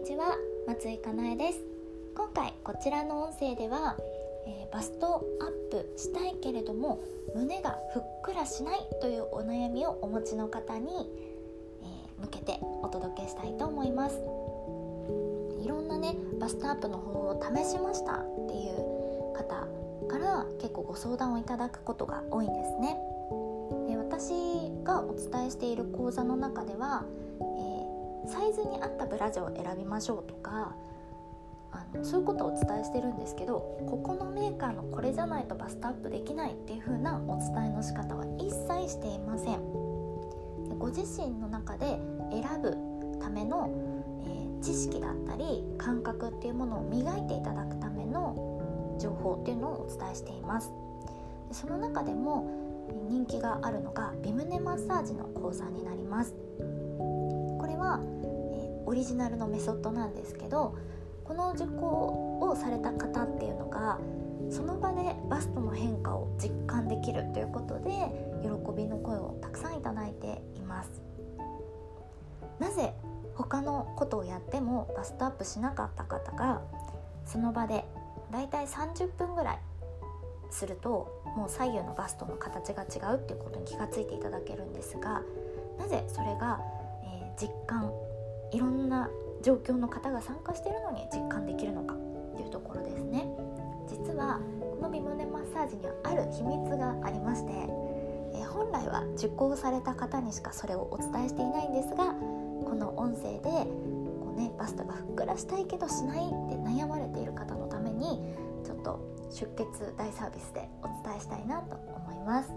ちは、松井かなえです。今回こちらの音声では、バストアップしたいけれども胸がふっくらしないというお悩みをお持ちの方に、向けてお届けしたいと思います。いろんなバストアップの方法を試しましたっていう方から結構ご相談をいただくことが多いんですね。私がお伝えしている講座の中では、サイズに合ったブラジャーを選びましょうとかそういうことをお伝えしてるんですけど、ここのメーカーのこれじゃないとバストアップできないっていう風なお伝えの仕方は一切していません。ご自身の中で選ぶための、知識だったり感覚っていうものを磨いていただくための情報っていうのをお伝えしています。その中でも人気があるのがビムネマッサージの講座になります。これは、オリジナルのメソッドなんですけど、この受講をされた方っていうのがその場でバストの変化を実感できるということで喜びの声をたくさんいただいています。なぜ他のことをやってもバストアップしなかった方がその場でだいたい30分ぐらいするともう左右のバストの形が違うっていうことに気がついていただけるんですが、なぜそれが、実感いろんな状況の方が参加しているのに実感できるのかというところですね。実はこのビムネマッサージにはある秘密がありまして、本来は受講された方にしかそれをお伝えしていないんですが、この音声でバストがふっくらしたいけどしないって悩まれている方のためにちょっと出血大サービスでお伝えしたいなと思います。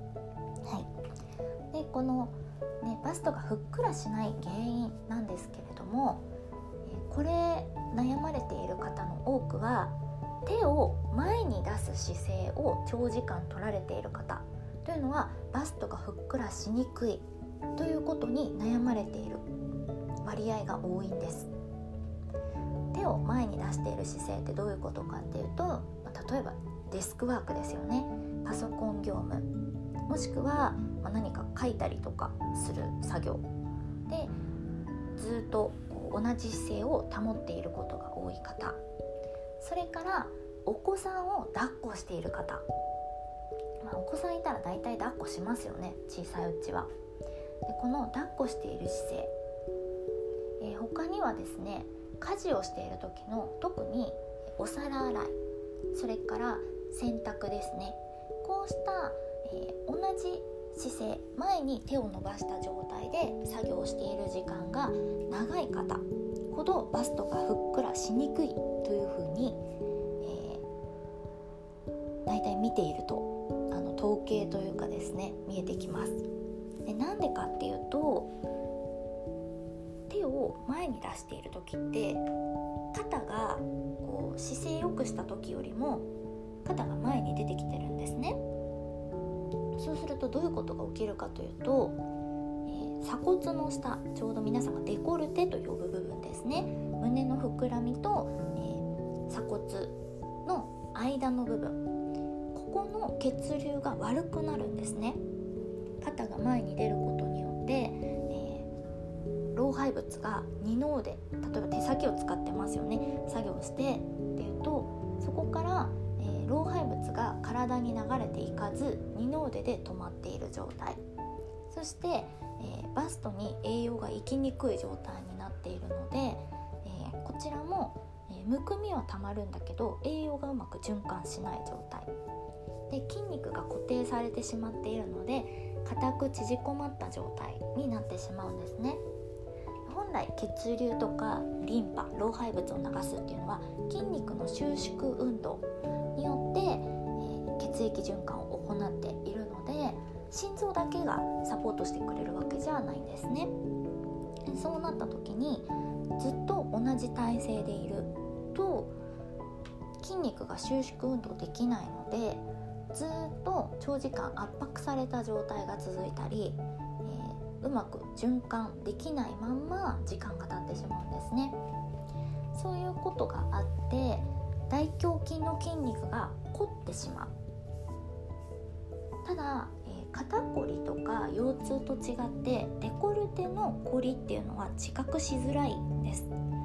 でこのバストがふっくらしない原因なんですけれども、これ悩まれている方の多くは手を前に出す姿勢を長時間取られている方というのはバストがふっくらしにくいということに悩まれている割合が多いんです。手を前に出している姿勢ってどういうことかっていうと、例えばデスクワークですよね。パソコン業務もしくは何か書いたりとかする作業でずっと同じ姿勢を保っていることが多い方、それからお子さんを抱っこしている方、お子さんいたら大体抱っこしますよね、小さいうちは。でこの抱っこしている姿勢、他にはですね、家事をしている時の特にお皿洗い、それから洗濯ですね、こうした、同じ姿勢、前に手を伸ばした状態で作業している時間が長い方ほどバストがふっくらしにくいというふうに、だいたい見ていると統計というかですね見えてきます。でなんでかっていうと、手を前に出している時って肩が姿勢良くした時よりも肩が前に出てきてるんですね。そうするとどういうことが起きるかというと、鎖骨の下、ちょうど皆さんがデコルテと呼ぶ部分ですね、胸の膨らみと、鎖骨の間の部分、ここの血流が悪くなるんですね。肩が前に出ることによって、老廃物が二の腕、例えば手先を使ってますよね、作業してっていうとそこから、老廃物が体に流れていかず二の腕で止まっている状態、そして、バストに栄養が行きにくい状態になっているので、こちらも、むくみはたまるんだけど栄養がうまく循環しない状態で、筋肉が固定されてしまっているので硬く縮こまった状態になってしまうんですね。本来血流とかリンパ、老廃物を流すっていうのは筋肉の収縮運動によって、血液循環を行っているので心臓だけがサポートしてくれるわけじゃないんですね。そうなった時にずっと同じ体勢でいると筋肉が収縮運動できないのでずっと長時間圧迫された状態が続いたり、うまく循環できないまんま時間が経ってしまうんですね。そういうことがあって大胸筋の筋肉が凝ってしまう。ただ、肩こりとか腰痛と違ってデコルテのこりっていうのは知覚しづらいんです。あん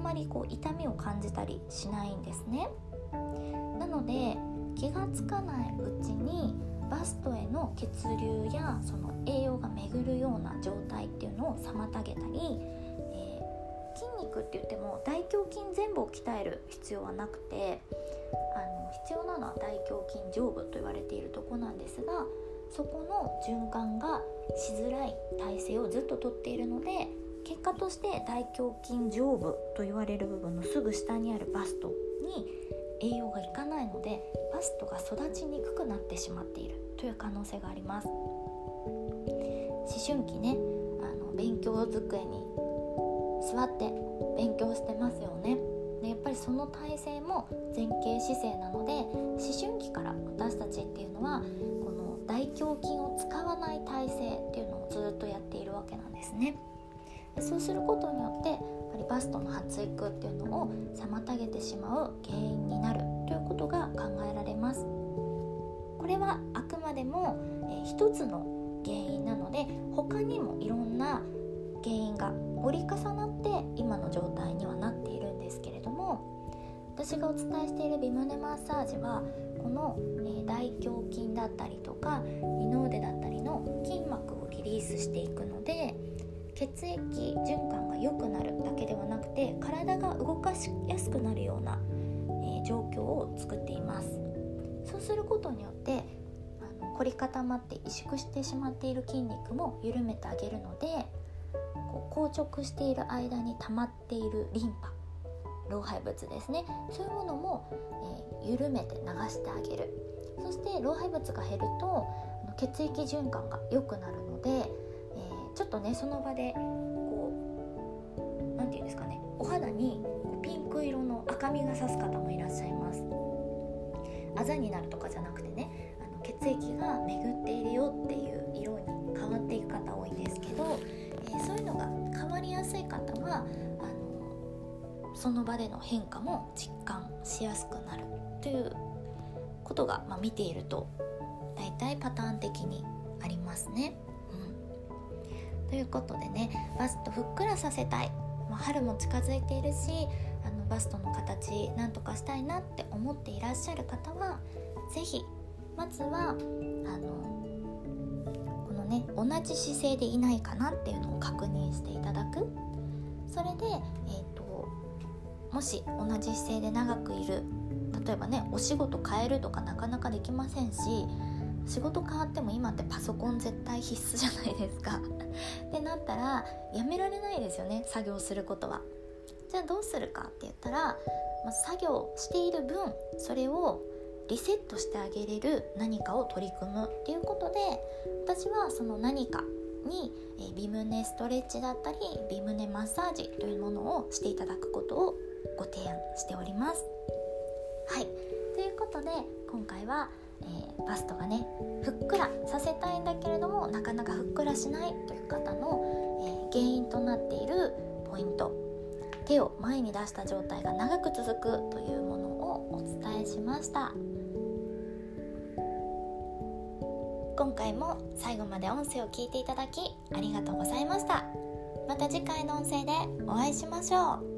んまり痛みを感じたりしないんですね。なので気がつかないうちにバストへの血流やその栄養が巡るような状態っていうのを妨げたり、筋肉って言っても大胸筋全部を鍛える必要はなくて、必要なのは大胸筋上部と言われているところなんですが、そこの循環がしづらい体勢をずっととっているので、結果として大胸筋上部と言われる部分のすぐ下にあるバストに栄養がいかないので、バストが育ちにくくなってしまっているという可能性があります。思春期ね、勉強机に座って勉強してますよね。でやっぱりその体勢も前傾姿勢なので、思春期から私たちっていうのはこの大胸筋を使わない体勢っていうのをずっとやっているわけなんですね。そうすることによってやっぱりバストの発育っていうのを妨げてしまう原因になるということが考えられます。これはあくまでも一つの原因なので、他にもいろんな原因が折り重なって今の状態にはなっているんですけれども、私がお伝えしているビムネマッサージはこの大胸筋だったりとか二の腕だったりの筋膜をリリースしていくので、血液循環が良くなるだけではなくて体が動かしやすくなるような、状況を作っています。そうすることによって凝り固まって萎縮してしまっている筋肉も緩めてあげるので、硬直している間に溜まっているリンパ、老廃物ですね、そういうものも、緩めて流してあげる。そして老廃物が減ると血液循環が良くなるので、ちょっとねその場でなんていうんですかね、お肌にピンク色の赤みが差す方もいらっしゃいます。あざになるとかじゃなくてね、血液が巡っているよっていう色に変わっていく方多いんですけど、そういうのが変わりやすい方はその場での変化も実感しやすくなるということが、見ているとだいたいパターン的にありますね。ということでね、バストふっくらさせたい、春も近づいているし、バストの形なんとかしたいなって思っていらっしゃる方は、ぜひまずはこのね同じ姿勢でいないかなっていうのを確認していただく。それで、もし同じ姿勢で長くいる、例えばねお仕事変えるとかなかなかできませんし、仕事変わっても今ってパソコン絶対必須じゃないですかってなったらやめられないですよね、作業することは。じゃあどうするかって言ったら、作業している分それをリセットしてあげれる何かを取り組むっていうことで、私はその何かにビムネストレッチだったりビムネマッサージというものをしていただくことをご提案しております。はい、ということで今回はバストがねふっくらさせたいんだけれどもなかなかふっくらしないという方の、原因となっているポイント、手を前に出した状態が長く続くというものをお伝えしました。今回も最後まで音声を聞いていただきありがとうございました。また次回の音声でお会いしましょう。